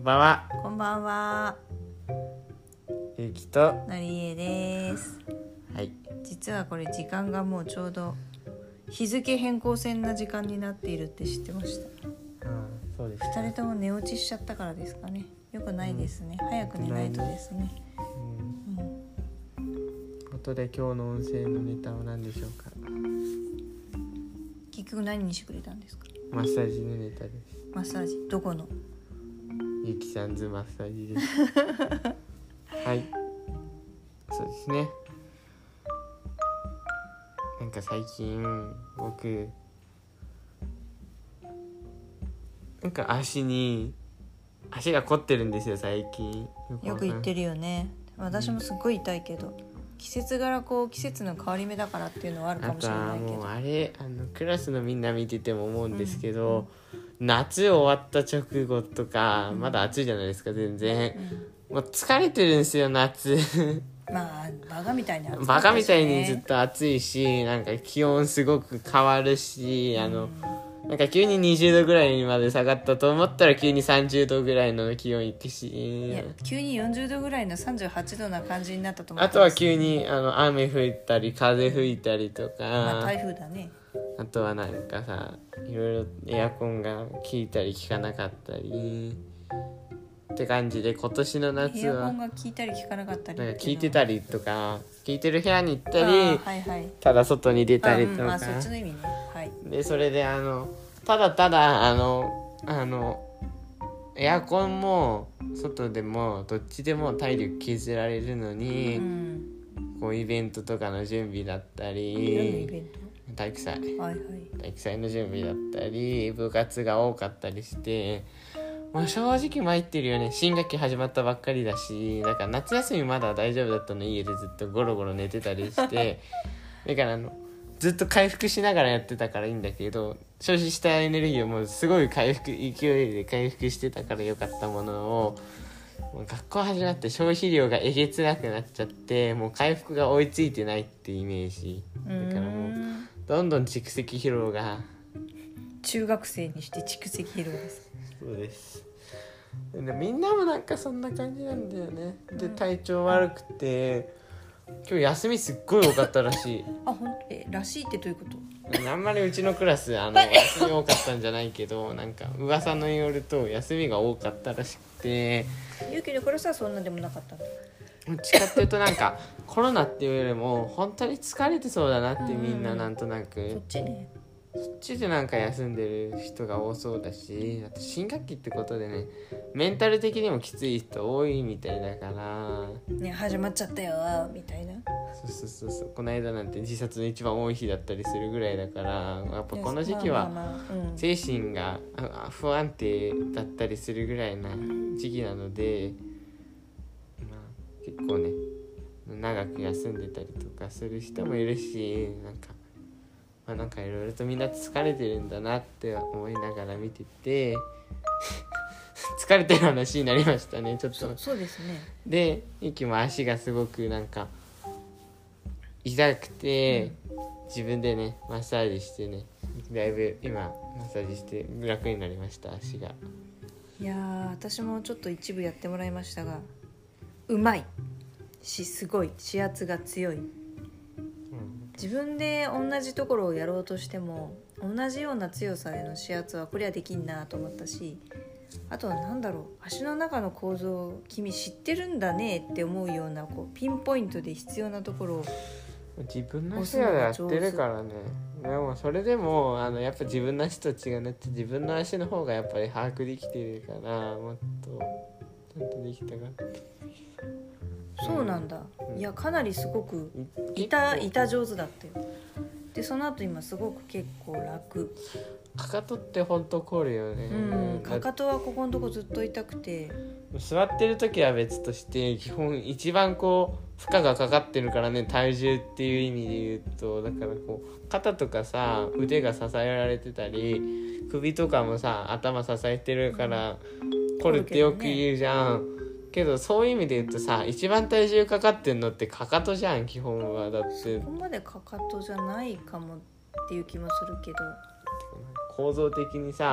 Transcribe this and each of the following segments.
こんばんは。 こんばんは。 ゆうきとなりえです。 はい。 実はこれ時間がもうちょうど日付変更線な時間になっているって知ってました？ そうです。 2人とも寝落ちしちゃったからですかね。よくないですね。早く寝ないとですね。 ことで今日の音声のネタは何でしょうか？ 結局何にしてくれたんですか？ マッサージのネタです。 マッサージどこの？ ゆきさんズマッサージです。はい。そうですね。なんか最近僕なんか足が凝ってるんですよ最近。 よく言ってるよね。私もすっごい痛いけど、季節柄季節の変わり目だからっていうのはあるかもしれないけど。 あとはもうクラスのみんな見てても思うんですけど、夏終わった直後とか、まだ暑いじゃないですか全然、もう疲れてるんですよ夏。 まあバカみたいに暑い、ね、 バカみたいにずっと暑いし、なんか気温すごく変わるし、なんか急に20度ぐらいまで下がったと思ったら急に30度ぐらいの気温いくし、 いや急に40度ぐらいの38度な感じになったと思った。 あとは急に雨降ったり風吹いたりとか、 まあ、台風だね。 あとはなんかさ、いろいろエアコンが効いたり効かなかったりって感じで、今年の夏はエアコンが効いたり効かなかったりなんか効いてたりとか、効いてる部屋に行ったり、 はいはい、 ただ外に出たりとか、 そっちの意味ね。はい。 でそれでただエアコンも外でもどっちでも体力削られるのに、こうイベントとかの準備だったり、 何のイベント？ 体育祭、 はいはい、 体育祭の準備だったり部活が多かったりして、まあ、正直参ってるよね。新学期始まったばっかりだし、だから夏休みまだ大丈夫だったの、家でずっとゴロゴロ寝てたりしてだからずっと回復しながらやってたからいいんだけど、消費したエネルギーをもうすごい勢いで回復してたからよかったものを、もう学校始まって消費量がえげつなくなっちゃって、もう回復が追いついてないってイメージだから、もうどんどん蓄積疲労が、 中学生にして蓄積疲労です。 そうです。でみんなもなんかそんな感じなんだよね。で体調悪くて今日休みすっごい多かったらしい。 あ、本当？らしいってどういうこと？ あんまりうちのクラス休み多かったんじゃないけど、なんか噂のよると休みが多かったらしくて、 ゆうきのクラスはそんなでもなかったんだ。 どっちかっていうとなんかコロナっていうよりも本当に疲れてそうだなってみんななんとなく、 そっちね。 そっちでなんか休んでる人が多そうだし、あと新学期ってことでね、メンタル的にもきつい人多いみたいだからね、始まっちゃったよみたいな。 そうこの間なんて自殺の一番多い日だったりするぐらいだから、やっぱこの時期は精神が不安定だったりするぐらいな時期なので、まあ、結構ね長く休んでたりとかする人もいるし、なんかいろいろとみんな疲れてるんだなって思いながら見てて疲れてる話になりましたねちょっと。 そうですね。 でゆきも足がすごくなんか痛くて、自分でねマッサージしてね、だいぶ今マッサージして楽になりました足が。 いやー、私もちょっと一部やってもらいましたが、うまいし、すごい指圧が強い。自分で同じところをやろうとしても同じような強さでの指圧はこれはできんなと思ったし、あとは足の中の構造君知ってるんだねって思うようなピンポイントで必要なところを自分の足でやってるからね。でもそれでもやっぱ自分の足と違うなって、自分の足の方がやっぱり把握できてるから、もっとちゃんとできたかった。 そうなんだ、いやかなりすごく板上手だったよ。でその後今すごく結構楽。 かかとってほんと凝るよね。 かかとはここのとこずっと痛くて、 座ってる時は別として基本一番負荷がかかってるからね、体重っていう意味で言うと。だから肩とかさ腕が支えられてたり首とかもさ頭支えてるから凝るってよく言うじゃん。けどそういう意味で言うとさ、一番体重かかってんのってかかとじゃん基本は。だってそこまでかかとじゃないかもっていう気もするけど、 構造的にさ、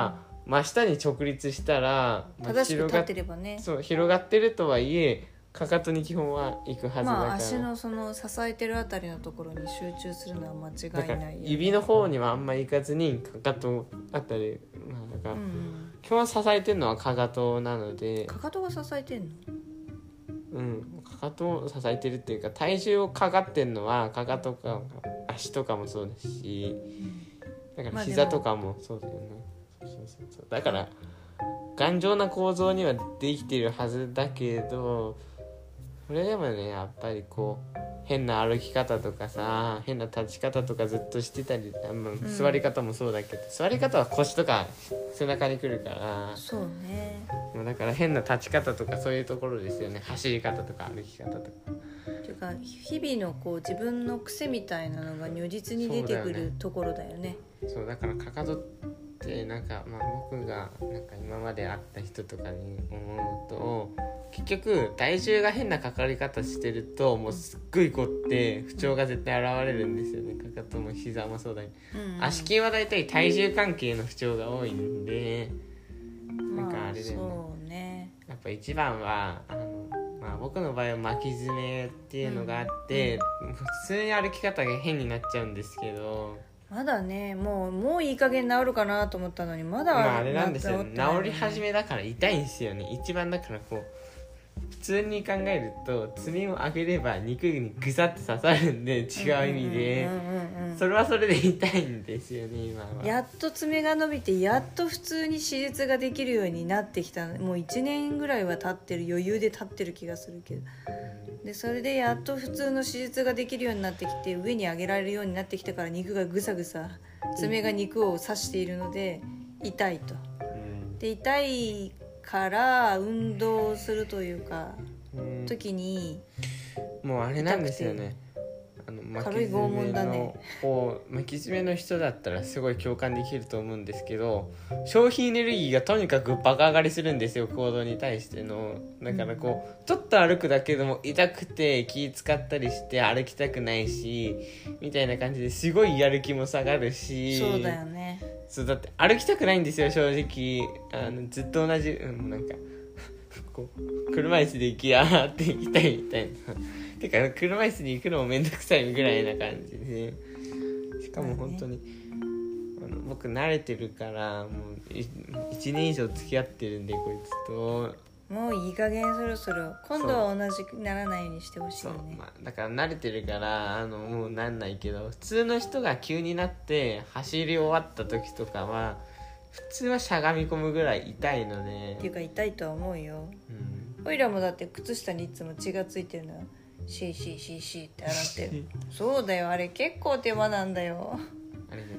真下に直立したら、 正しく立ってればね、 そう広がってるとはいえかかとに基本は行くはずだから、 足のその支えてるあたりのところに集中するのは間違だからいないよ、ね、 指の方にはあんまり行かずにかかとあたり、だから、基本支えてるのはかかとなので、 かかとが支えてんの？ かかとを支えてるっていうか、体重をかかってんのはかかとか足とかもそうだし、だから膝とかもそうだよね、そうだから頑丈な構造にはできてるはずだけど、それでもねやっぱりこう変な歩き方とかさ、変な立ち方とかずっとしてたり、座り方もそうだけど、座り方は腰とか背中にくるから、 そうね、 だから変な立ち方とかそういうところですよね。走り方とか歩き方とかっていうか日々のこう自分の癖みたいなのが如実に出てくるところだよね。 そうだからかかとってなんか、僕がなんか今まで会った人とかに思うと、結局体重が変なかかり方してるともうすっごい凝って不調が絶対現れるんですよね。かかとも膝もそうだし、足筋はだいたい体重関係の不調が多いんで、なんかあれだよね、 そうね、 やっぱ一番は僕の場合は巻き爪っていうのがあって、普通に歩き方が変になっちゃうんですけど、 まだね、もういい加減治るかなと思ったのにまだ、 あれなんですよ、 治り始めだから痛いんですよね。一番だからこう普通に考えると爪を上げれば肉にグサって刺さるんで、違う意味でそれはそれで痛いんですよね今は。 やっと爪が伸びてやっと普通に手術ができるようになってきた。もう1年ぐらいは経ってる、余裕で経ってる気がするけど、でそれでやっと普通の手術ができるようになってきて、上に上げられるようになってきてから肉がぐさぐさ、爪が肉を刺しているので痛いと。で痛いから運動するというか、時にもうあれなんですよね、 軽い拷問だね。 巻き爪の人だったらすごい共感できると思うんですけど、消費エネルギーがとにかくバカ上がりするんですよ、行動に対しての。だからこうちょっと歩くだけでも痛くて気使ったりして歩きたくないしみたいな感じですごいやる気も下がるし。 そうだよね。 そうだって歩きたくないんですよ正直。ずっと同じ、なんかこう車椅子で行きやーって行きたいみたいなてか車椅子に行くのもめんどくさいぐらいな感じで、しかも本当に、僕慣れてるからもう1年以上付き合ってるんでこいつと。 もういい加減そろそろ今度は同じくならないようにしてほしいよね。 だから慣れてるからもうなんないけど、普通の人が急になって走り終わった時とかは普通はしゃがみ込むぐらい痛いので。 っていうか痛いとは思うよ。おいらもだって靴下にいつも血がついてるのよ。シーシーシーシーって洗ってるそうだよ、あれ結構手間なんだよ。 あれ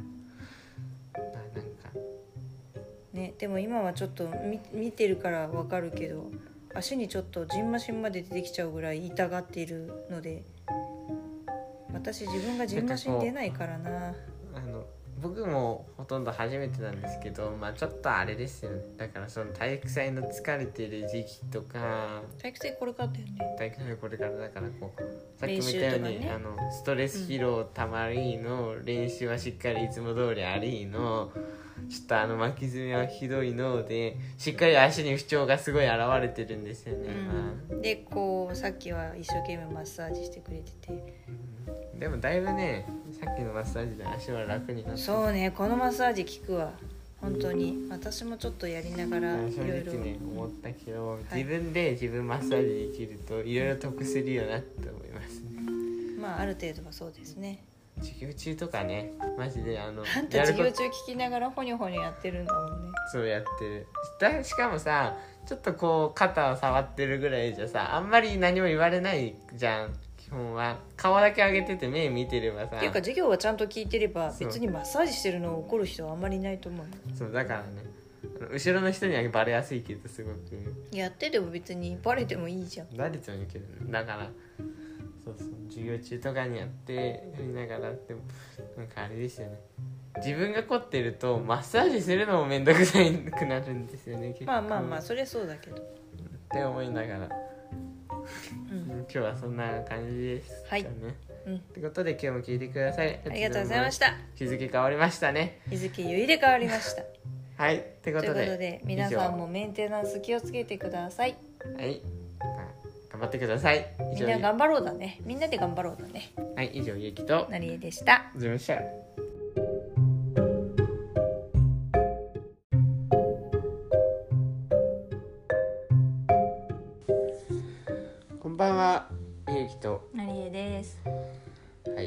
なんかね、でも今はちょっと見てるから分かるけど、足にちょっとジンマシンまで出てきちゃうぐらい痛がっているので、私自分がジンマシン出ないからな。 僕もほとんど初めてなんですけど、ちょっとあれですよね。だからその体育祭の疲れてる時期とか、 体育祭これからだよね。 体育祭これからだからこうさっきも言ったように、 ね、 ストレス疲労たまりの、練習はしっかりいつも通りありの、ちょっと巻き爪はひどいのでしっかり足に不調がすごい現れてるんですよね、 でこうさっきは一生懸命マッサージしてくれてて、 でもだいぶねさっきのマッサージで足は楽になった。 そうね、このマッサージ効くわ本当に。私もちょっとやりながらいろいろ正直ね思ったけど、自分で自分マッサージできるといろいろ得するよなって思いますね。 ある程度はそうですね。 授業中とかねマジであんた授業中聞きながらホニョホニョやってるんだもんね。 そうやってる。しかもさちょっとこう肩を触ってるぐらいじゃさあんまり何も言われないじゃん。基本は顔だけ上げてて目見てればさ、 っていうか授業はちゃんと聞いてれば別にマッサージしてるのを怒る人はあんまりいないと思う。 そうだからね後ろの人にはバレやすいけどすごくやってても別にバレてもいいじゃん。 バレてもいいけど、ね、だからそう授業中とかにやりながらってなんかあれですよね。自分が凝ってるとマッサージするのもめんどくさくなるんですよね結構。 まあそれそうだけどって思いながら、今日はそんな感じですかね。ってことで今日も聞いてください。 ありがとうございました。 日付変わりましたね。 日付ゆいで変わりましたはいってことで皆さんもメンテナンス気をつけてください。 はい、頑張ってください。 みんな頑張ろうだね。みんなで頑張ろうだね。 はい、以上ゆきとなりえでした。 ずました。こんばんは、ゆきとなりえです。 はい、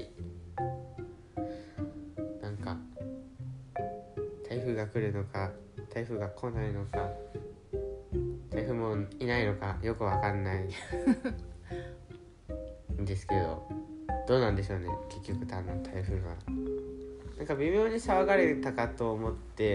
なんか台風が来るのか台風が来ないのか台風もいないのかよくわかんないんですけど、どうなんでしょうね。結局台風はなんか微妙に騒がれたかと思って、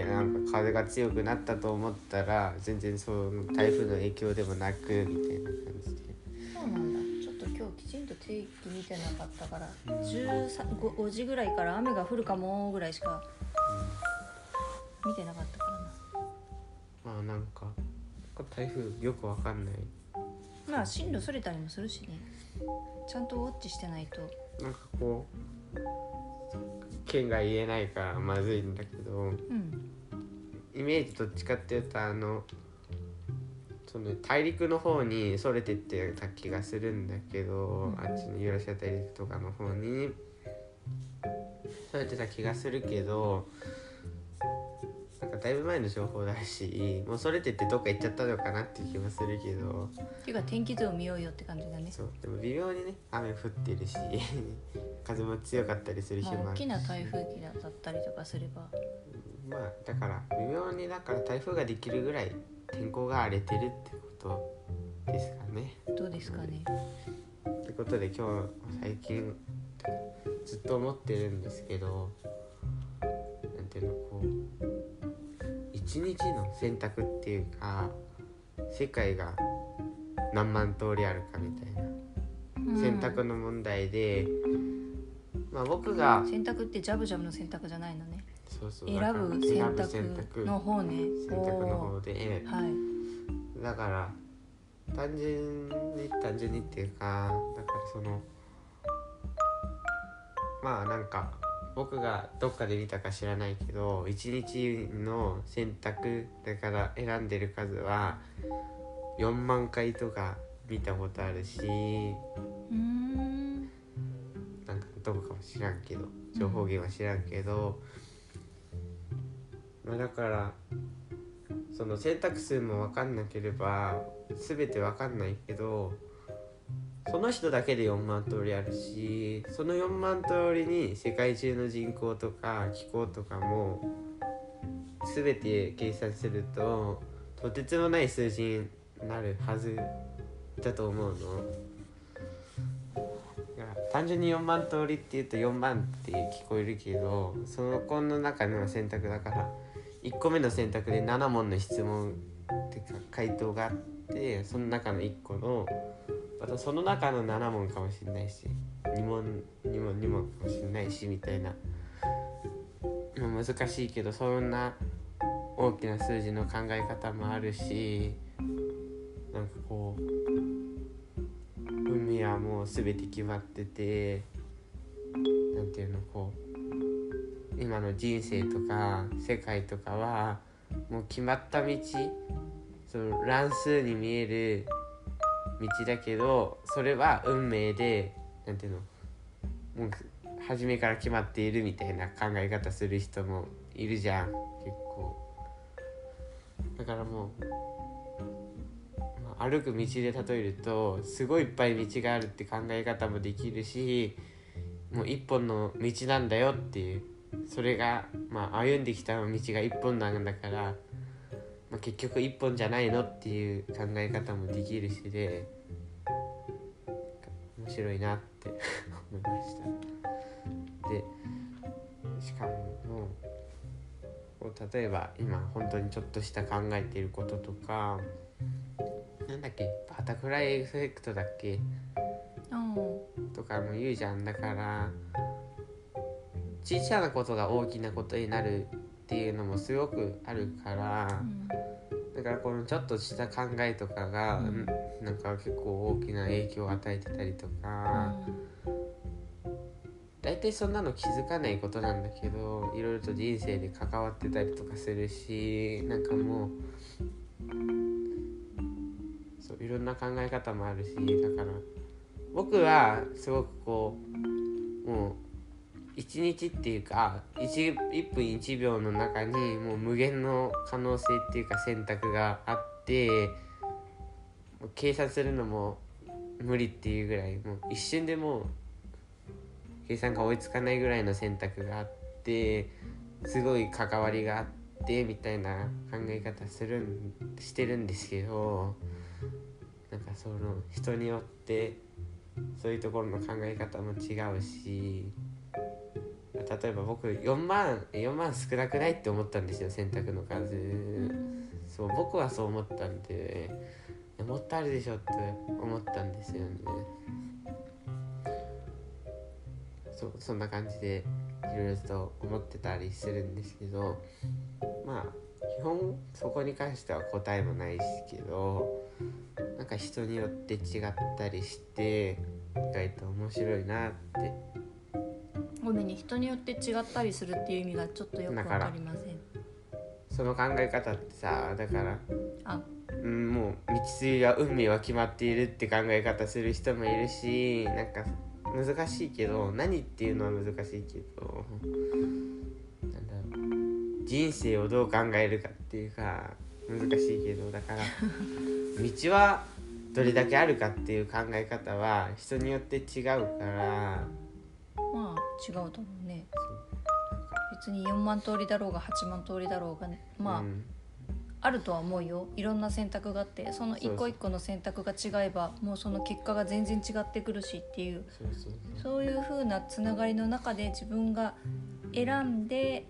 なんか風が強くなったと思ったら全然その台風の影響でもなくみたいな感じで。 そうなんだ。ちょっと今日きちんと天気見てなかったから5時ぐらいから雨が降るかもぐらいしか見てなかったからな。 まあなんか台風よくわかんない。 まあ進路それたりもするしね。ちゃんとウォッチしてないと。 なんかこう県が言えないからまずいんだけど、イメージどっちかっていうとその大陸の方にそれてってた気がするんだけど、あっちのユーラシア大陸とかの方にそれてた気がするけど、なんかだいぶ前の情報だし、もうそれてってどっか行っちゃったのかなっていう気もするけど。 っていうか天気図を見ようよって感じだね。 そう、でも微妙にね雨降ってるし風も強かったりする日もあるし、 大きな台風期だったりとかすれば、 まあだから微妙に台風ができるぐらい天候が荒れてるってことですかね。 どうですかね。 ってことで今日最近ずっと思ってるんですけど、なんていうの一日の選択っていうか、世界が何万通りあるかみたいな選択の問題で、まあ僕が選択ってジャブジャブの選択じゃないのね。 そう選ぶ選択の方ね。 選択の方で、 はい、 だから単純にっていうか、だからそのまあなんか僕がどっかで見たか知らないけど、一日の選択だから選んでる数は4万回とか見たことあるし、なんかどこかも知らんけど、情報源は知らんけど、まあだからその選択数も分かんなければ全て分かんないけど、その人だけで4万通りあるし、その4万通りに世界中の人口とか気候とかも全て計算するととてつもない数字になるはずだと思うの。単純に4万通りって言うと4万って聞こえるけど、その子の中の選択だから1個目の選択で7問の質問っていうか回答があって、その中の1個のまたその中の7問かもしれないし、2問かもしれないしみたいな、難しいけどそんな大きな数字の考え方もあるし、なんか運命はもう全て決まってて、なんていうの今の人生とか世界とかはもう決まった道、その乱数に見える道だけど、それは運命で、なんていうの、もう初めから決まっているみたいな考え方する人もいるじゃん、結構。だからもう、歩く道で例えるとすごいいっぱい道があるって考え方もできるし、もう一本の道なんだよっていう、それが歩んできた道が一本なんだから、結局一本じゃないのっていう考え方もできるしで、面白いなって思いました。でしかももう例えば今本当にちょっとした考えていることとか、なんだっけ、バタフライエフェクトだっけとかも言うじゃん。だから小さなことが大きなことになるっていうのもすごくあるから、だからこのちょっとした考えとかが、なんか結構大きな影響を与えてたりとか、 大体そんなの気づかないことなんだけど、いろいろと人生で関わってたりとかするし、なんかもうそういろんな考え方もあるし、だから僕はすごくこうもう一日っていうか 1分1秒の中にもう無限の可能性っていうか選択があって、計算するのも無理っていうぐらい、もう一瞬でもう計算が追いつかないぐらいの選択があって、すごい関わりがあってみたいな考え方してるんですけど、なんかその人によってそういうところの考え方も違うし、例えば僕4万少なくないって思ったんですよ、選択の数。そう僕はそう思ったんで、もっとあるでしょって思ったんですよね。そんな感じでいろいろと思ってたりするんですけど、まあ基本そこに関しては答えもないですけど、なんか人によって違ったりして意外と面白いなって。 ごめんね、人によって違ったりするっていう意味がちょっとよくわかりません。 その考え方ってさ、だからもう道筋や運命は決まっているって考え方する人もいるし、なんか難しいけど、何っていうのは難しいけど、なんだろう、人生をどう考えるかっていうか難しいけど、だから道はどれだけあるかっていう考え方は人によって違うから、 まあ違うと思うね。別に4万通りだろうが8万通りだろうがね、まあ、あるとは思うよ。いろんな選択があって、その一個一個の選択が違えばもうその結果が全然違ってくるしっていう、そういう風なつながりの中で自分が選んで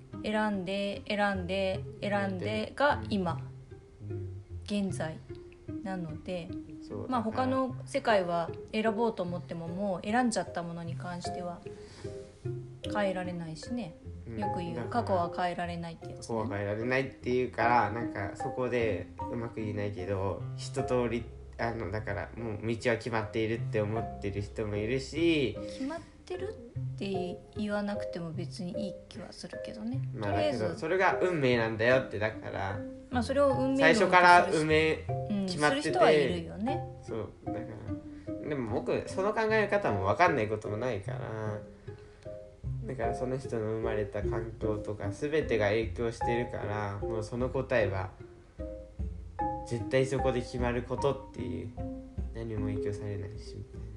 が今現在なので、まあ他の世界は選ぼうと思ってももう選んじゃったものに関しては変えられないしね。よく言う過去は変えられないってやつ、ね、 過去は変えられないっていうから、なんかそこでうまく言えないけど、一通りだからもう道は決まっているって思ってる人もいるし、 決まってるって言わなくても別にいい気はするけどね。 まあだけどそれが運命なんだよって。だから、 まあ、それを運命最初から決まってて、 する人はいるよね。 そうだからでも僕その考え方も分かんないこともないから、だからその人の生まれた環境とか全てが影響してるから、もうその答えは絶対そこで決まることっていう、何も影響されないし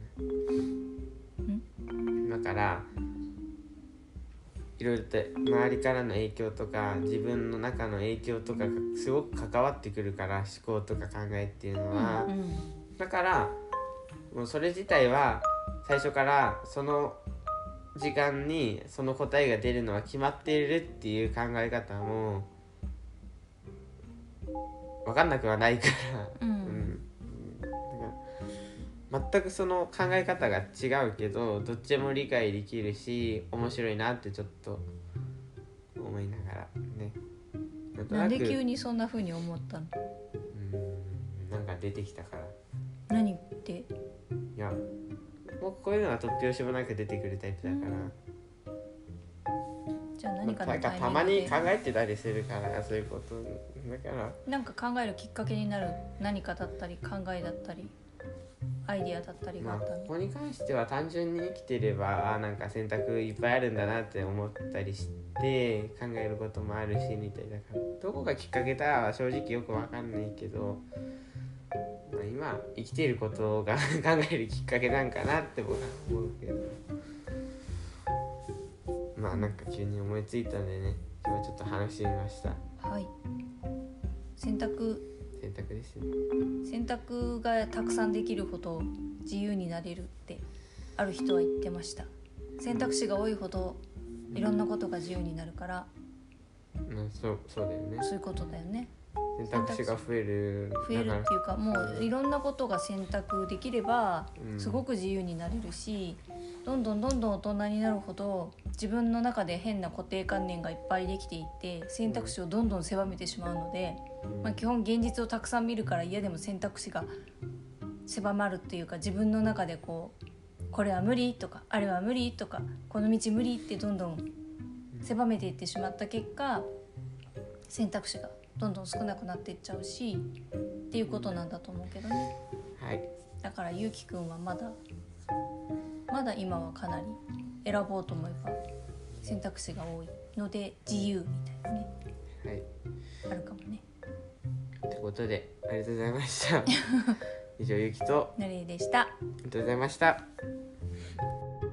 みたいな。だからいろいろと周りからの影響とか自分の中の影響とかがすごく関わってくるから、思考とか考えっていうのは、だからもうそれ自体は最初からその時間にその答えが出るのは決まっているっていう考え方も分かんなくはないから、だから全くその考え方が違うけどどっちも理解できるし面白いなってちょっと思いながらね。 なんで急にそんな風に思ったの？ なんか出てきたから。 何って？ いや僕こういうのは突拍子もなく出てくるタイプだから、 じゃあ何かのタイミングでたまに考えてたりするから、そういうことだからなんか考えるきっかけになる何かだったり考えだったりアイディアだったりがあったの、 ここに関しては単純に生きてればなんか選択いっぱいあるんだなって思ったりして考えることもあるしみたいだから、どこがきっかけだは正直よく分かんないけど、今生きていることが考えるきっかけなんかなって僕は思うけど、まあなんか急に思いついたんでね、今日はちょっと話してみました。 はい。選択ですね。 選択がたくさんできるほど自由になれるってある人は言ってました。選択肢が多いほどいろんなことが自由になるから、 そうだよね。 そういうことだよね。 選択肢が増えるっていうか、もういろんなことが選択できればすごく自由になれるし、どんどん大人になるほど自分の中で変な固定観念がいっぱいできていって選択肢をどんどん狭めてしまうので、基本現実をたくさん見るから嫌でも選択肢が狭まるっていうか、自分の中でこうこれは無理とかあれは無理とかこの道無理ってどんどん狭めていってしまった結果、選択肢がどんどん少なくなっていっちゃうしっていうことなんだと思うけどね。 はい。 だからゆうきくんはまだ今はかなり選ぼうと思えば選択肢が多いので自由みたいなね、 はい。 あるかもね。 ということでありがとうございました以上ゆきとなりえでした。 ありがとうございました。